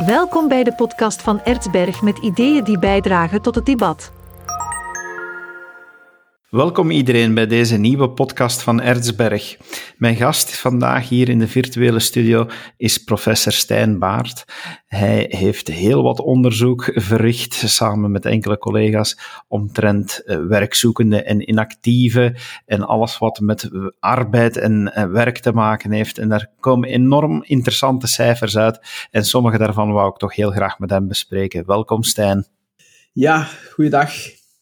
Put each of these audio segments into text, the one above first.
Welkom bij de podcast van Erzberg met ideeën die bijdragen tot het debat. Welkom iedereen bij deze nieuwe podcast van Erzberg. Mijn gast vandaag hier in de virtuele studio is professor Stijn Baert. Hij heeft heel wat onderzoek verricht samen met enkele collega's omtrent werkzoekenden en inactieven en alles wat met arbeid en werk te maken heeft. En daar komen enorm interessante cijfers uit en sommige daarvan wou ik toch heel graag met hem bespreken. Welkom Stijn. Ja, goeiedag.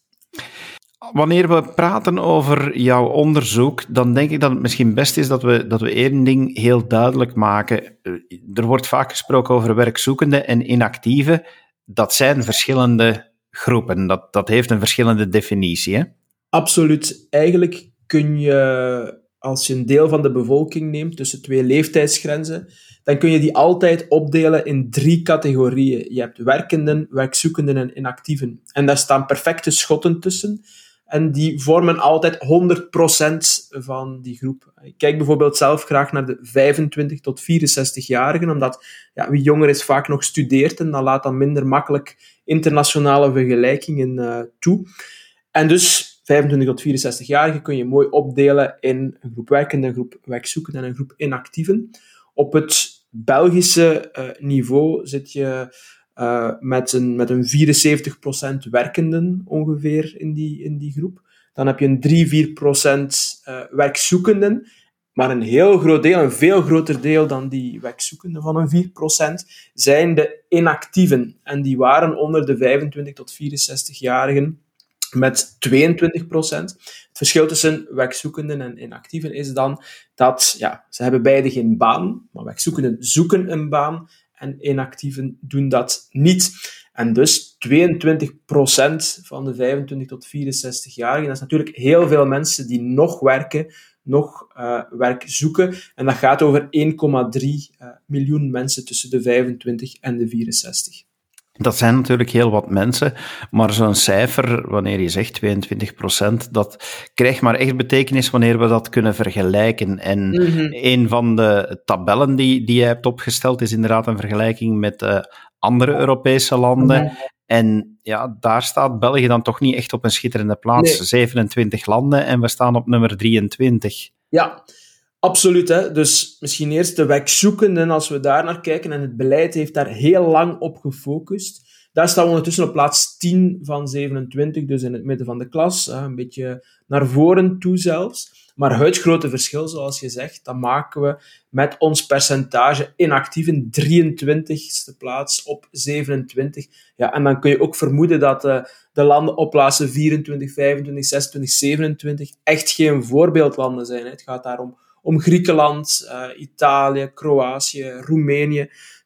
Wanneer we praten over jouw onderzoek, dan denk ik dat het misschien best is dat we één ding heel duidelijk maken. Er wordt vaak gesproken over werkzoekenden en inactieven. Dat zijn verschillende groepen. Dat heeft een verschillende definitie, hè? Absoluut. Eigenlijk kun je, als je een deel van de bevolking neemt, tussen twee leeftijdsgrenzen, dan kun je die altijd opdelen in 3 categorieën. Je hebt werkenden, werkzoekenden en inactieven. En daar staan perfecte schotten tussen. En die vormen altijd 100% van die groep. Ik kijk bijvoorbeeld zelf graag naar de 25 tot 64-jarigen, omdat wie jonger is vaak nog studeert en dan laat dan minder makkelijk internationale vergelijkingen toe. En dus 25 tot 64-jarigen kun je mooi opdelen in een groep werkenden, een groep werkzoekenden en een groep inactieven. Op het Belgische niveau zit je met een 74% werkenden ongeveer in die groep. Dan heb je een 3-4% werkzoekenden, maar een heel groot deel, een veel groter deel dan die werkzoekenden van een 4%, zijn de inactieven. En die waren onder de 25 tot 64-jarigen met 22%. Het verschil tussen werkzoekenden en inactieven is dan dat ze hebben beide geen baan, maar werkzoekenden zoeken een baan en inactieven doen dat niet. En dus 22% van de 25 tot 64-jarigen, dat is natuurlijk heel veel mensen die nog werken, nog werk zoeken. En dat gaat over 1,3 miljoen mensen tussen de 25 en de 64. Dat zijn natuurlijk heel wat mensen, maar zo'n cijfer, wanneer je zegt 22%, dat krijgt maar echt betekenis wanneer we dat kunnen vergelijken. En een van de tabellen die je hebt opgesteld is inderdaad een vergelijking met andere Europese landen. En daar staat België dan toch niet echt op een schitterende plaats. Nee. 27 landen en we staan op nummer 23. Ja, absoluut. Hè. Dus misschien eerst de werkzoekenden, als we daar naar kijken. En het beleid heeft daar heel lang op gefocust. Daar staan we ondertussen op plaats 10 van 27, dus in het midden van de klas. Een beetje naar voren toe zelfs. Maar het grote verschil, zoals je zegt, dat maken we met ons percentage inactieven 23e plaats op 27. Ja, en dan kun je ook vermoeden dat de landen op plaatsen 24, 25, 26, 27 echt geen voorbeeldlanden zijn. Het gaat daarom om Griekenland, Italië, Kroatië, Roemenië.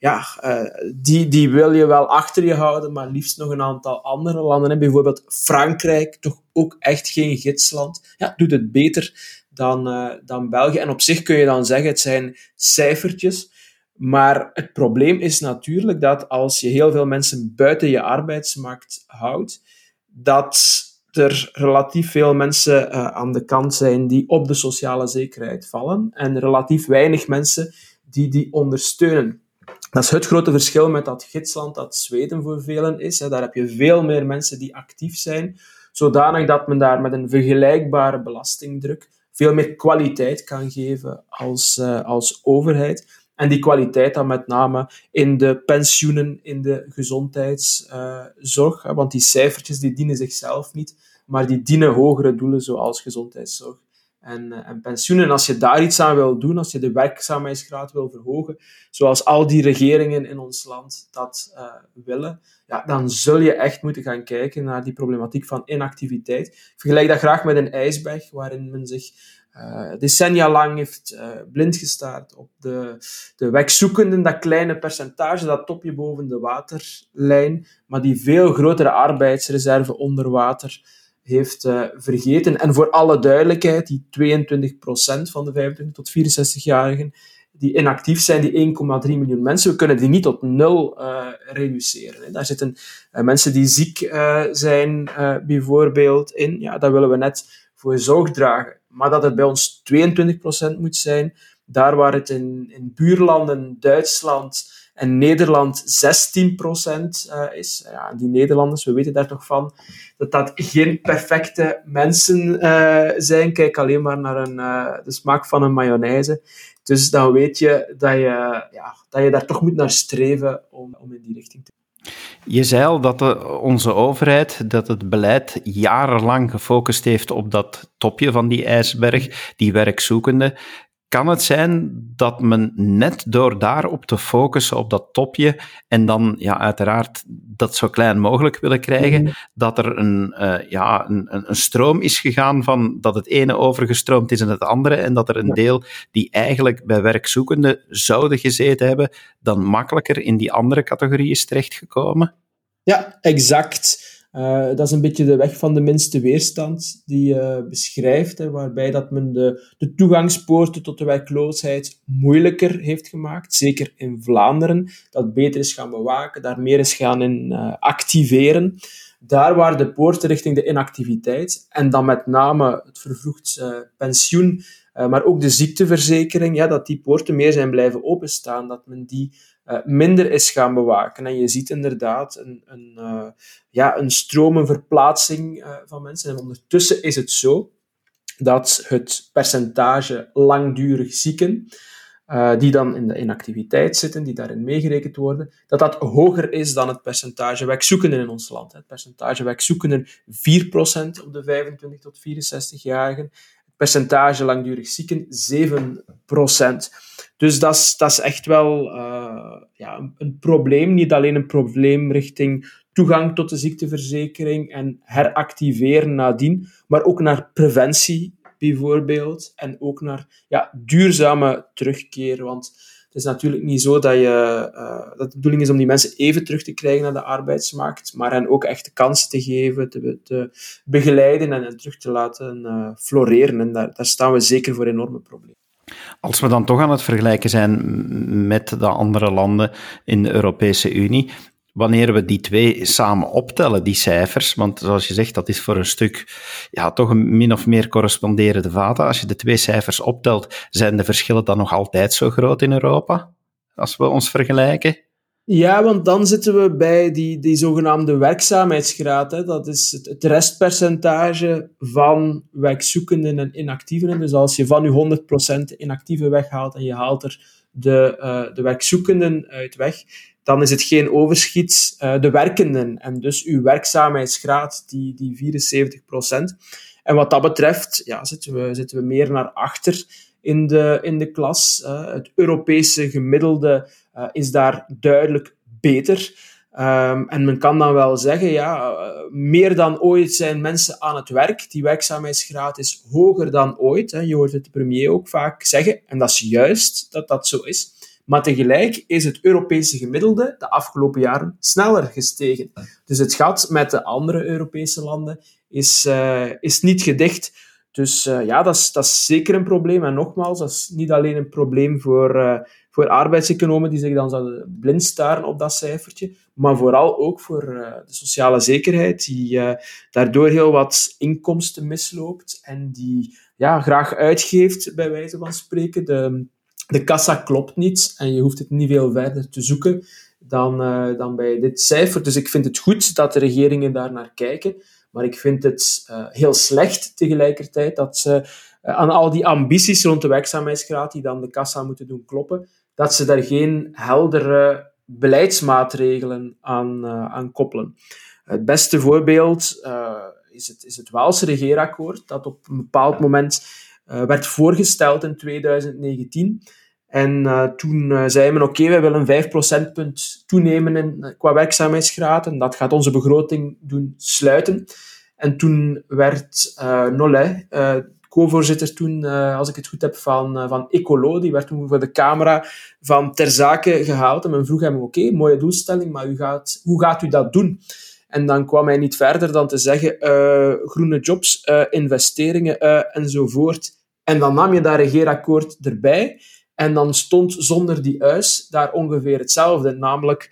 Die wil je wel achter je houden, maar liefst nog een aantal andere landen. Bijvoorbeeld Frankrijk, toch ook echt geen gidsland. Ja, doet het beter dan België. En op zich kun je dan zeggen, het zijn cijfertjes. Maar het probleem is natuurlijk dat als je heel veel mensen buiten je arbeidsmarkt houdt, dat er relatief veel mensen aan de kant zijn die op de sociale zekerheid vallen en relatief weinig mensen die ondersteunen. Dat is het grote verschil met dat gidsland dat Zweden voor velen is. Daar heb je veel meer mensen die actief zijn, zodanig dat men daar met een vergelijkbare belastingdruk veel meer kwaliteit kan geven als overheid. En die kwaliteit dan met name in de pensioenen, in de gezondheidszorg. Want die cijfertjes die dienen zichzelf niet, maar die dienen hogere doelen zoals gezondheidszorg en pensioenen. En als je daar iets aan wil doen, als je de werkzaamheidsgraad wil verhogen, zoals al die regeringen in ons land dat willen, dan zul je echt moeten gaan kijken naar die problematiek van inactiviteit. Ik vergelijk dat graag met een ijsberg, waarin men zich decennia lang heeft blind gestaard op de werkzoekenden, dat kleine percentage, dat topje boven de waterlijn, maar die veel grotere arbeidsreserve onder water heeft vergeten. En voor alle duidelijkheid, die 22% van de 25 tot 64-jarigen die inactief zijn, die 1,3 miljoen mensen, we kunnen die niet tot 0 reduceren. Daar zitten mensen die ziek zijn bijvoorbeeld in. Ja, daar willen we net voor zorg dragen. Maar dat het bij ons 22% moet zijn, daar waar het in buurlanden, Duitsland en Nederland 16% is. Ja, die Nederlanders, we weten daar toch van, dat geen perfecte mensen zijn. Kijk alleen maar naar de smaak van een mayonaise. Dus dan weet je dat je daar toch moet naar streven om in die richting te gaan. Je zei al dat onze overheid, dat het beleid jarenlang gefocust heeft op dat topje van die ijsberg, die werkzoekenden. Kan het zijn dat men net door daarop te focussen op dat topje en dan uiteraard dat zo klein mogelijk willen krijgen, dat er een stroom is gegaan van dat het ene overgestroomd is in het andere en dat er een deel die eigenlijk bij werkzoekenden zouden gezeten hebben, dan makkelijker in die andere categorie is terechtgekomen? Ja, exact. Dat is een beetje de weg van de minste weerstand die je beschrijft, waarbij dat men de toegangspoorten tot de werkloosheid moeilijker heeft gemaakt, zeker in Vlaanderen, dat beter is gaan bewaken, daar meer is gaan activeren. Daar waar de poorten richting de inactiviteit, en dan met name het vervroegd pensioen, maar ook de ziekteverzekering, dat die poorten meer zijn blijven openstaan, dat men die minder is gaan bewaken. En je ziet inderdaad een stroom, een verplaatsing van mensen. En ondertussen is het zo dat het percentage langdurig zieken, die dan in de inactiviteit zitten, die daarin meegerekend worden, dat hoger is dan het percentage werkzoekenden in ons land. Het percentage werkzoekenden 4% op de 25 tot 64-jarigen. Het percentage langdurig zieken 7%. Dus dat is echt wel een probleem. Niet alleen een probleem richting toegang tot de ziekteverzekering en heractiveren nadien, maar ook naar preventie bijvoorbeeld. En ook naar duurzame terugkeer. Want het is natuurlijk niet zo dat de bedoeling is om die mensen even terug te krijgen naar de arbeidsmarkt, maar hen ook echt de kans te geven, te begeleiden en terug te laten floreren. En daar staan we zeker voor enorme problemen. Als we dan toch aan het vergelijken zijn met de andere landen in de Europese Unie, wanneer we die twee samen optellen, die cijfers, want zoals je zegt, dat is voor een stuk toch een min of meer corresponderende vaten. Als je de twee cijfers optelt, zijn de verschillen dan nog altijd zo groot in Europa, als we ons vergelijken? Ja, want dan zitten we bij die zogenaamde werkzaamheidsgraad. Dat is het restpercentage van werkzoekenden en inactieven. Dus als je van je 100% inactieven weghaalt en je haalt er de werkzoekenden uit weg, dan is het geen overschiet, de werkenden. En dus uw werkzaamheidsgraad, die 74%. En wat dat betreft zitten we meer naar achter in de klas. Het Europese gemiddelde is daar duidelijk beter. En men kan dan wel zeggen, meer dan ooit zijn mensen aan het werk. Die werkzaamheidsgraad is hoger dan ooit. Je hoort het de premier ook vaak zeggen. En dat is juist dat dat zo is. Maar tegelijk is het Europese gemiddelde de afgelopen jaren sneller gestegen. Dus het gat met de andere Europese landen is niet gedicht. Dus dat is zeker een probleem. En nogmaals, dat is niet alleen een probleem voor arbeidseconomen die zich dan zouden blind staren op dat cijfertje, maar vooral ook voor de sociale zekerheid, die daardoor heel wat inkomsten misloopt en die graag uitgeeft, bij wijze van spreken. De kassa klopt niet en je hoeft het niet veel verder te zoeken dan bij dit cijfer. Dus ik vind het goed dat de regeringen daar naar kijken. Maar ik vind het heel slecht tegelijkertijd dat ze aan al die ambities rond de werkzaamheidsgraad, die dan de kassa moeten doen kloppen, dat ze daar geen heldere beleidsmaatregelen aan koppelen. Het beste voorbeeld is het Waalse regeerakkoord, dat op een bepaald moment werd voorgesteld in 2019. En toen zei men, oké, wij willen 5 procentpunt toenemen qua werkzaamheidsgraad en dat gaat onze begroting doen sluiten. En toen werd Nollet, co-voorzitter toen, als ik het goed heb, van Ecolo, die werd toen voor de camera van Ter Zake gehaald. En men vroeg hem, oké, mooie doelstelling, maar hoe gaat u dat doen? En dan kwam hij niet verder dan te zeggen, groene jobs, investeringen enzovoort. En dan nam je dat regeerakkoord erbij. En dan stond zonder die uis daar ongeveer hetzelfde. Namelijk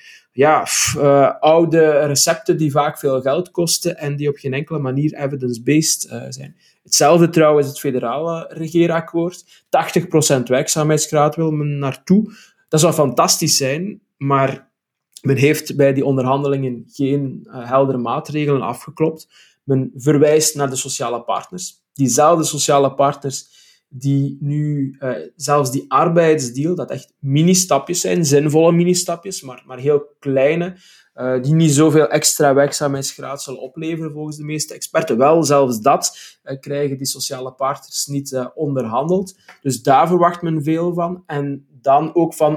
oude recepten die vaak veel geld kosten en die op geen enkele manier evidence-based zijn. Hetzelfde trouwens het federale regeerakkoord. 80% werkzaamheidsgraad wil men naartoe. Dat zou fantastisch zijn, maar men heeft bij die onderhandelingen geen heldere maatregelen afgeklopt. Men verwijst naar de sociale partners. Diezelfde sociale partners die nu zelfs die arbeidsdeal, dat echt mini-stapjes zijn, zinvolle mini-stapjes, maar heel kleine, die niet zoveel extra werkzaamheidsgraad zullen opleveren volgens de meeste experten. Wel, zelfs dat krijgen die sociale partners niet onderhandeld. Dus daar verwacht men veel van. En dan ook van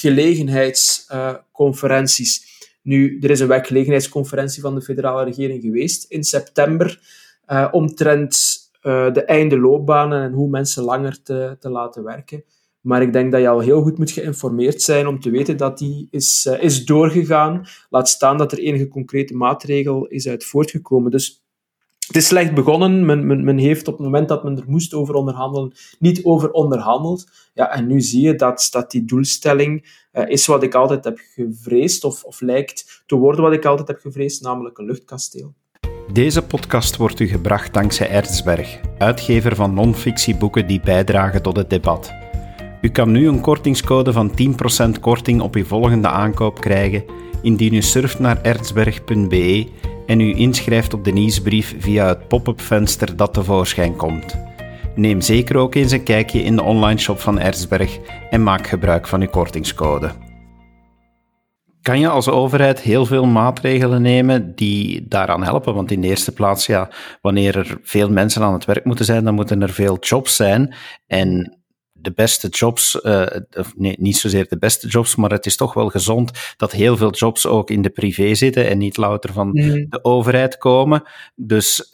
werkgelegenheidsconferenties. Nu, er is een werkgelegenheidsconferentie van de federale regering geweest in september omtrent de einde loopbanen en hoe mensen langer te laten werken. Maar ik denk dat je al heel goed moet geïnformeerd zijn om te weten dat die is doorgegaan. Laat staan dat er enige concrete maatregel is uit voortgekomen. Dus het is slecht begonnen. Men heeft op het moment dat men er moest over onderhandelen, niet over onderhandeld. Ja, en nu zie je dat die doelstelling is wat ik altijd heb gevreesd, of lijkt te worden wat ik altijd heb gevreesd, namelijk een luchtkasteel. Deze podcast wordt u gebracht dankzij Erzberg, uitgever van non-fictieboeken die bijdragen tot het debat. U kan nu een kortingscode van 10% korting op uw volgende aankoop krijgen indien u surft naar erzberg.be en u inschrijft op de nieuwsbrief via het pop-up venster dat tevoorschijn komt. Neem zeker ook eens een kijkje in de online shop van Erzberg en maak gebruik van uw kortingscode. Kan je als overheid heel veel maatregelen nemen die daaraan helpen? Want in de eerste plaats, ja, wanneer er veel mensen aan het werk moeten zijn, dan moeten er veel jobs zijn. En de beste jobs, niet zozeer de beste jobs, maar het is toch wel gezond dat heel veel jobs ook in de privé zitten en niet louter van de overheid komen. Dus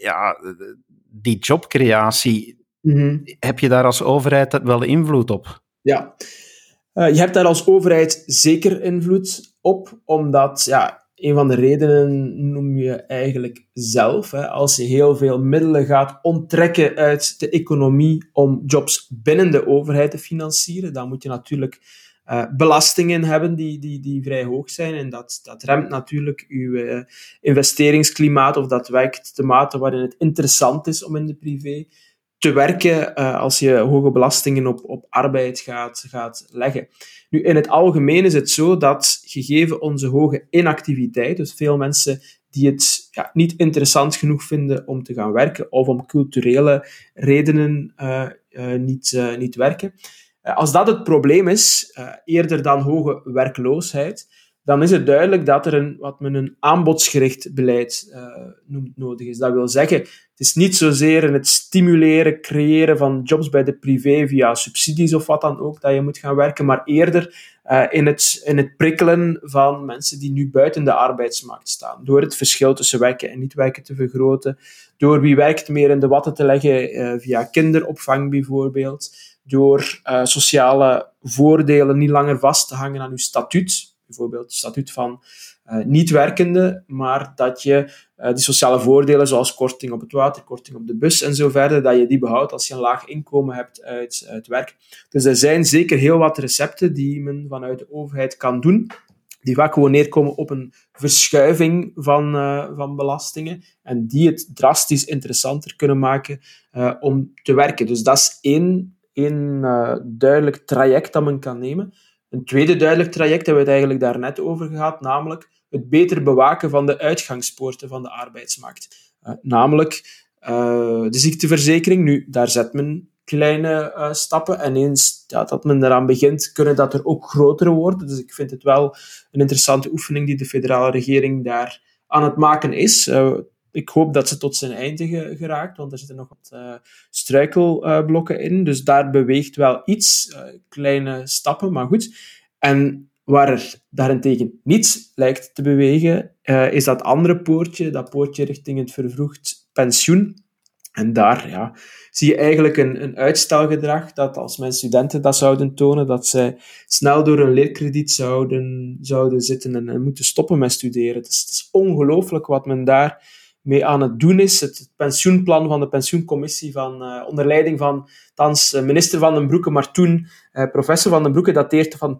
die jobcreatie, heb je daar als overheid wel invloed op? Ja. Je hebt daar als overheid zeker invloed op, omdat een van de redenen noem je eigenlijk zelf. Als je heel veel middelen gaat onttrekken uit de economie om jobs binnen de overheid te financieren, dan moet je natuurlijk belastingen hebben die vrij hoog zijn. En dat remt natuurlijk je investeringsklimaat, of dat werkt de mate waarin het interessant is om in de privé te werken als je hoge belastingen op arbeid gaat leggen. Nu, in het algemeen is het zo dat, gegeven onze hoge inactiviteit, dus veel mensen die het niet interessant genoeg vinden om te gaan werken, of om culturele redenen niet werken, als dat het probleem is, eerder dan hoge werkloosheid, dan is het duidelijk dat er wat men een aanbodsgericht beleid noemt nodig is. Dat wil zeggen, het is niet zozeer in het stimuleren, creëren van jobs bij de privé via subsidies of wat dan ook dat je moet gaan werken, maar eerder in het prikkelen van mensen die nu buiten de arbeidsmarkt staan. Door het verschil tussen werken en niet werken te vergroten. Door wie werkt meer in de watten te leggen via kinderopvang bijvoorbeeld. Door sociale voordelen niet langer vast te hangen aan uw statuut. Bijvoorbeeld het statuut van niet-werkende, maar dat je die sociale voordelen, zoals korting op het water, korting op de bus en zo verder, dat je die behoudt als je een laag inkomen hebt uit werk. Dus er zijn zeker heel wat recepten die men vanuit de overheid kan doen, die vaak gewoon neerkomen op een verschuiving van belastingen en die het drastisch interessanter kunnen maken om te werken. Dus dat is één duidelijk traject dat men kan nemen. Een tweede duidelijk traject hebben we het eigenlijk daarnet over gehad, namelijk het beter bewaken van de uitgangspoorten van de arbeidsmarkt. Namelijk de ziekteverzekering. Nu, daar zet men kleine stappen en eens dat men eraan begint, kunnen dat er ook grotere worden. Dus ik vind het wel een interessante oefening die de federale regering daar aan het maken is. Ik hoop dat ze tot zijn einde geraakt, want er zitten nog wat struikelblokken in. Dus daar beweegt wel iets, kleine stappen, maar goed. En waar er daarentegen niets lijkt te bewegen, is dat andere poortje, dat poortje richting het vervroegd pensioen. En daar zie je eigenlijk een uitstelgedrag, dat als mijn studenten dat zouden tonen, dat zij snel door een leerkrediet zouden zitten en moeten stoppen met studeren. Het is ongelooflijk wat men daar mee aan het doen is. Het pensioenplan van de pensioencommissie onder leiding van thans minister Van den Broeke, maar toen professor Van den Broeke, dateert van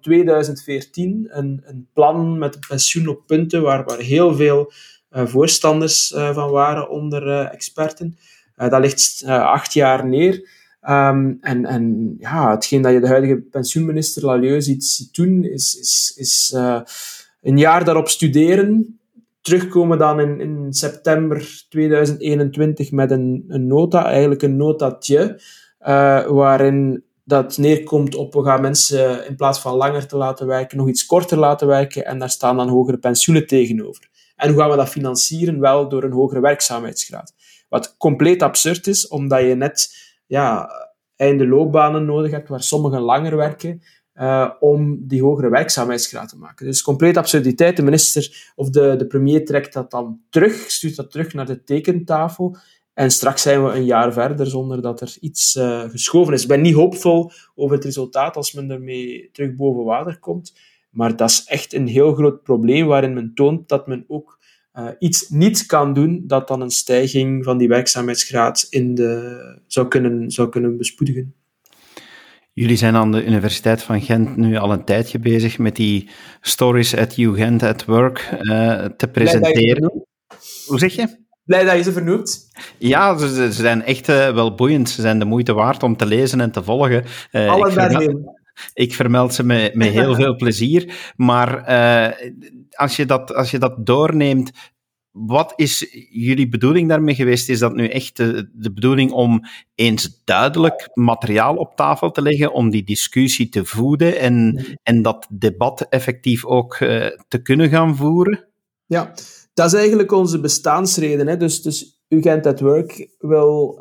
2014. Een plan met een pensioen op punten waar heel veel voorstanders van waren onder experten. Dat ligt 8 jaar neer. Hetgeen dat je de huidige pensioenminister Lalieu ziet doen, is een jaar daarop studeren, terugkomen dan in september 2021 met een nota, eigenlijk een notatje, waarin dat neerkomt op we gaan mensen in plaats van langer te laten werken, nog iets korter laten werken en daar staan dan hogere pensioenen tegenover. En hoe gaan we dat financieren? Wel door een hogere werkzaamheidsgraad. Wat compleet absurd is, omdat je net einde loopbanen nodig hebt waar sommigen langer werken om die hogere werkzaamheidsgraad te maken. Dus compleet absurditeit. De minister of de premier trekt dat dan terug, stuurt dat terug naar de tekentafel en straks zijn we een jaar verder zonder dat er iets geschoven is. Ik ben niet hoopvol over het resultaat als men ermee terug boven water komt, maar dat is echt een heel groot probleem waarin men toont dat men ook iets niet kan doen dat dan een stijging van die werkzaamheidsgraad zou kunnen bespoedigen. Jullie zijn aan de Universiteit van Gent nu al een tijdje bezig met die Stories at UGent at Work te presenteren. Hoe zeg je? Blij dat je ze vernoemt. Ja, ze zijn echt wel boeiend. Ze zijn de moeite waard om te lezen en te volgen. Ik vermeld ze met heel veel plezier. Maar als je dat doorneemt, wat is jullie bedoeling daarmee geweest? Is dat nu echt de bedoeling om eens duidelijk materiaal op tafel te leggen, om die discussie te voeden en dat debat effectief ook te kunnen gaan voeren? Ja, dat is eigenlijk onze bestaansreden. Hè. Dus UGent at Work wil...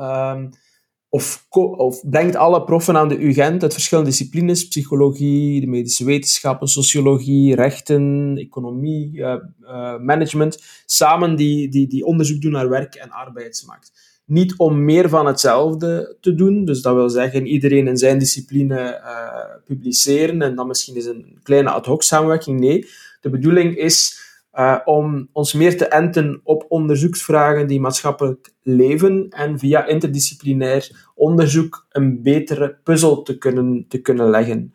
Of brengt alle proffen aan de UGent uit verschillende disciplines, psychologie, de medische wetenschappen, sociologie, rechten, economie, management, samen die onderzoek doen naar werk- en arbeidsmarkt. Niet om meer van hetzelfde te doen, dus dat wil zeggen iedereen in zijn discipline publiceren en dan misschien eens een kleine ad hoc samenwerking. Nee, de bedoeling is om ons meer te enten op onderzoeksvragen die maatschappelijk leven en via interdisciplinair onderzoek een betere puzzel te kunnen leggen.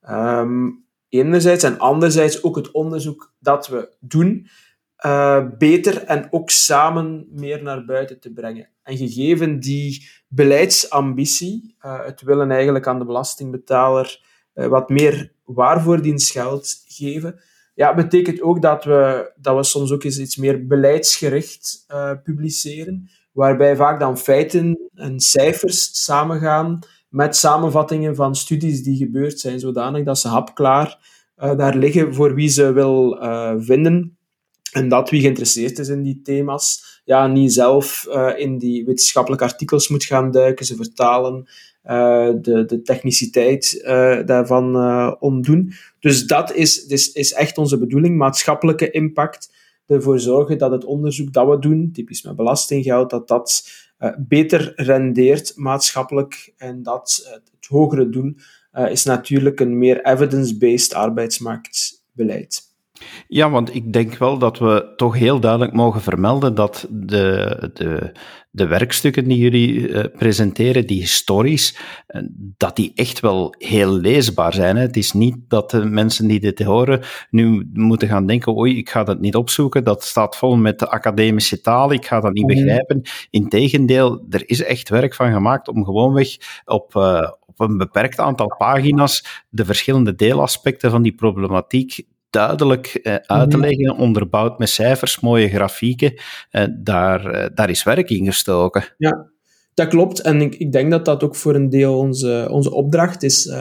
Enerzijds en anderzijds ook het onderzoek dat we doen beter en ook samen meer naar buiten te brengen. En gegeven die beleidsambitie, het willen eigenlijk aan de belastingbetaler wat meer waarvoordienstgeld geven, betekent ook dat we soms ook eens iets meer beleidsgericht publiceren, waarbij vaak dan feiten en cijfers samengaan met samenvattingen van studies die gebeurd zijn, zodanig dat ze hapklaar daar liggen voor wie ze wil vinden. En dat wie geïnteresseerd is in die thema's, niet zelf in die wetenschappelijke artikels moet gaan duiken, ze vertalen, de techniciteit daarvan ontdoen. Dus dat is echt onze bedoeling, maatschappelijke impact, ervoor zorgen dat het onderzoek dat we doen, typisch met belastinggeld, dat beter rendeert maatschappelijk en dat het hogere doel is natuurlijk een meer evidence-based arbeidsmarktbeleid. Ja, want ik denk wel dat we toch heel duidelijk mogen vermelden dat de werkstukken die jullie presenteren, die stories, dat die echt wel heel leesbaar zijn. Hè? Het is niet dat de mensen die dit horen nu moeten gaan denken, oei, ik ga dat niet opzoeken, dat staat vol met de academische taal, ik ga dat niet begrijpen. Integendeel, er is echt werk van gemaakt om gewoonweg op een beperkt aantal pagina's de verschillende deelaspecten van die problematiek duidelijk uit te leggen, onderbouwd met cijfers, mooie grafieken. Daar is werk in gestoken. Ja, dat klopt. En ik denk dat dat ook voor een deel onze opdracht is.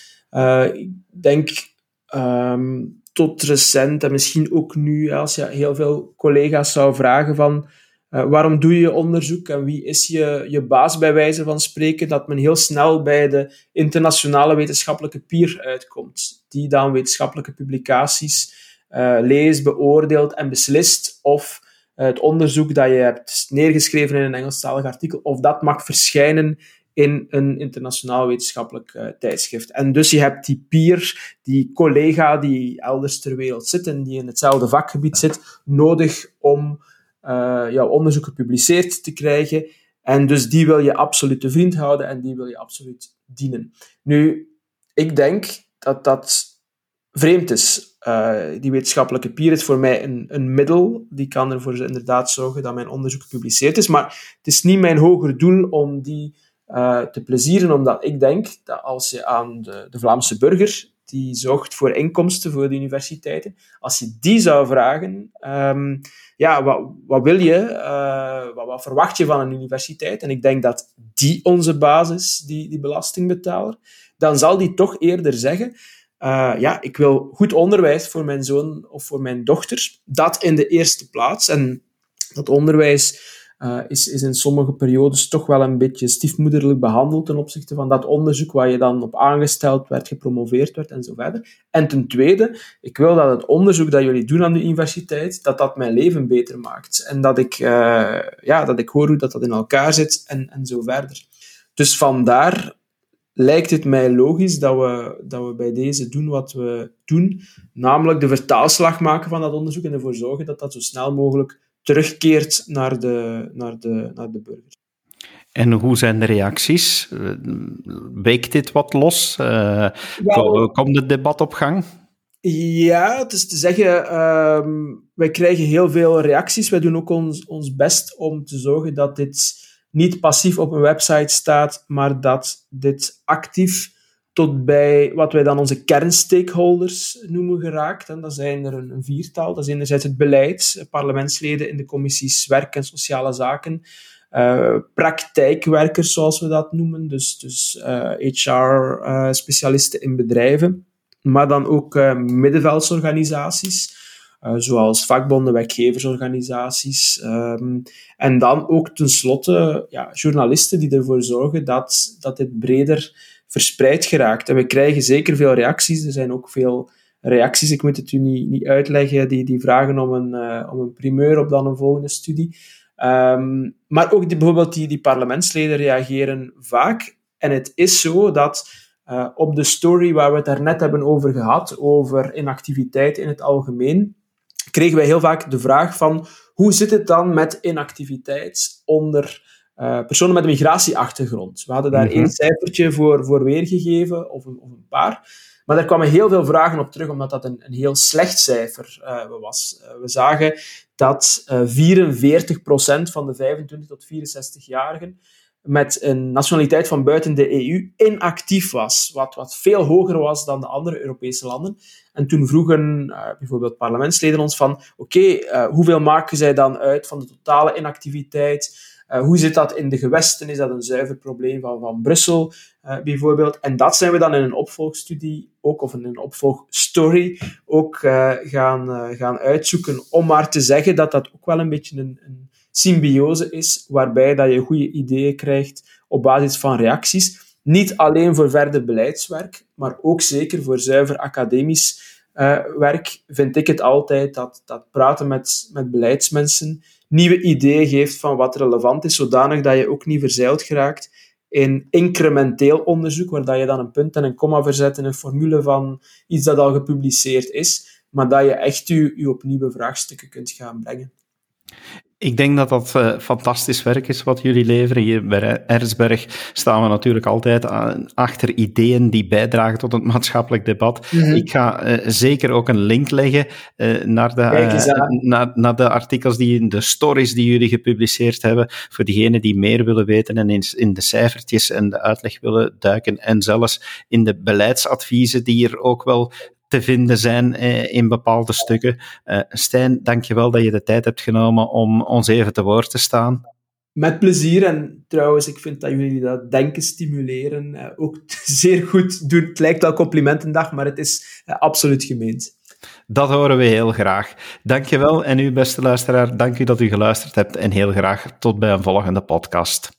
Ik denk tot recent, en misschien ook nu, als je heel veel collega's zou vragen van waarom doe je onderzoek en wie is je baas bij wijze van spreken, dat men heel snel bij de internationale wetenschappelijke peer uitkomt, die dan wetenschappelijke publicaties leest, beoordeelt en beslist of het onderzoek dat je hebt neergeschreven in een Engelstalig artikel, of dat mag verschijnen in een internationaal wetenschappelijk tijdschrift. En dus je hebt die peer, die collega die elders ter wereld zit en die in hetzelfde vakgebied zit, nodig om jouw onderzoek gepubliceerd te krijgen. En dus die wil je absoluut te vriend houden en die wil je absoluut dienen. Nu, ik denk dat dat vreemd is. Die wetenschappelijke peer is voor mij een middel. Die kan ervoor inderdaad zorgen dat mijn onderzoek gepubliceerd is. Maar het is niet mijn hoger doel om die te plezieren, omdat ik denk dat als je aan de Vlaamse burger, die zorgt voor inkomsten voor de universiteiten, als je die zou vragen, wat wil je, wat verwacht je van een universiteit? En ik denk dat die onze basis, die belastingbetaler, dan zal die toch eerder zeggen, ik wil goed onderwijs voor mijn zoon of voor mijn dochter. Dat in de eerste plaats. En dat onderwijs is in sommige periodes toch wel een beetje stiefmoederlijk behandeld ten opzichte van dat onderzoek waar je dan op aangesteld werd, gepromoveerd werd en zo verder. En ten tweede, ik wil dat het onderzoek dat jullie doen aan de universiteit, dat mijn leven beter maakt. En dat ik hoor hoe dat in elkaar zit en zo verder. Dus vandaar lijkt het mij logisch dat we bij deze doen wat we doen, namelijk de vertaalslag maken van dat onderzoek en ervoor zorgen dat dat zo snel mogelijk terugkeert naar de burgers. En hoe zijn de reacties? Weekt dit wat los? Komt het debat op gang? Ja, het is te zeggen, wij krijgen heel veel reacties. Wij doen ook ons best om te zorgen dat dit niet passief op een website staat, maar dat dit actief tot bij wat wij dan onze kernstakeholders noemen geraakt. En dat zijn er een viertal. Dat is enerzijds het beleid, parlementsleden in de commissies werk en sociale zaken, praktijkwerkers zoals we dat noemen, dus HR-specialisten in bedrijven, maar dan ook middenveldsorganisaties, zoals vakbonden, werkgeversorganisaties. En dan ook tenslotte journalisten die ervoor zorgen dat dit breder verspreid geraakt. En we krijgen zeker veel reacties. Er zijn ook veel reacties, ik moet het u niet uitleggen, die vragen om een primeur op dan een volgende studie. Maar ook bijvoorbeeld die parlementsleden reageren vaak. En het is zo dat op de story waar we het daarnet hebben over gehad, over inactiviteit in het algemeen, kregen wij heel vaak de vraag van hoe zit het dan met inactiviteit onder personen met een migratieachtergrond? We hadden daar één cijfertje voor weergegeven, of een paar. Maar daar kwamen heel veel vragen op terug, omdat dat een heel slecht cijfer was. We zagen dat 44% van de 25 tot 64-jarigen met een nationaliteit van buiten de EU inactief was, wat veel hoger was dan de andere Europese landen. En toen vroegen bijvoorbeeld parlementsleden ons van hoeveel maken zij dan uit van de totale inactiviteit? Hoe zit dat in de gewesten? Is dat een zuiver probleem van Brussel, bijvoorbeeld? En dat zijn we dan in een opvolgstudie of in een opvolgstory ook gaan uitzoeken, om maar te zeggen dat dat ook wel een beetje een symbiose is, waarbij dat je goede ideeën krijgt op basis van reacties. Niet alleen voor verder beleidswerk, maar ook zeker voor zuiver academisch werk vind ik het altijd dat praten met beleidsmensen nieuwe ideeën geeft van wat relevant is, zodanig dat je ook niet verzeild geraakt in incrementeel onderzoek, waar dat je dan een punt en een komma verzet in een formule van iets dat al gepubliceerd is, maar dat je echt je op nieuwe vraagstukken kunt gaan brengen. Ik denk dat dat fantastisch werk is wat jullie leveren. Hier bij Erzberg staan we natuurlijk altijd achter ideeën die bijdragen tot het maatschappelijk debat. Mm-hmm. Ik ga zeker ook een link leggen naar de artikels, de stories die jullie gepubliceerd hebben, voor diegenen die meer willen weten en in de cijfertjes en de uitleg willen duiken, en zelfs in de beleidsadviezen die er ook wel te vinden zijn in bepaalde stukken. Stijn, dankjewel dat je de tijd hebt genomen om ons even te woord te staan. Met plezier. En trouwens, ik vind dat jullie dat denken stimuleren ook zeer goed doen. Het lijkt wel complimentendag, maar het is absoluut gemeend. Dat horen we heel graag. Dankjewel. En u, beste luisteraar, dank u dat u geluisterd hebt en heel graag tot bij een volgende podcast.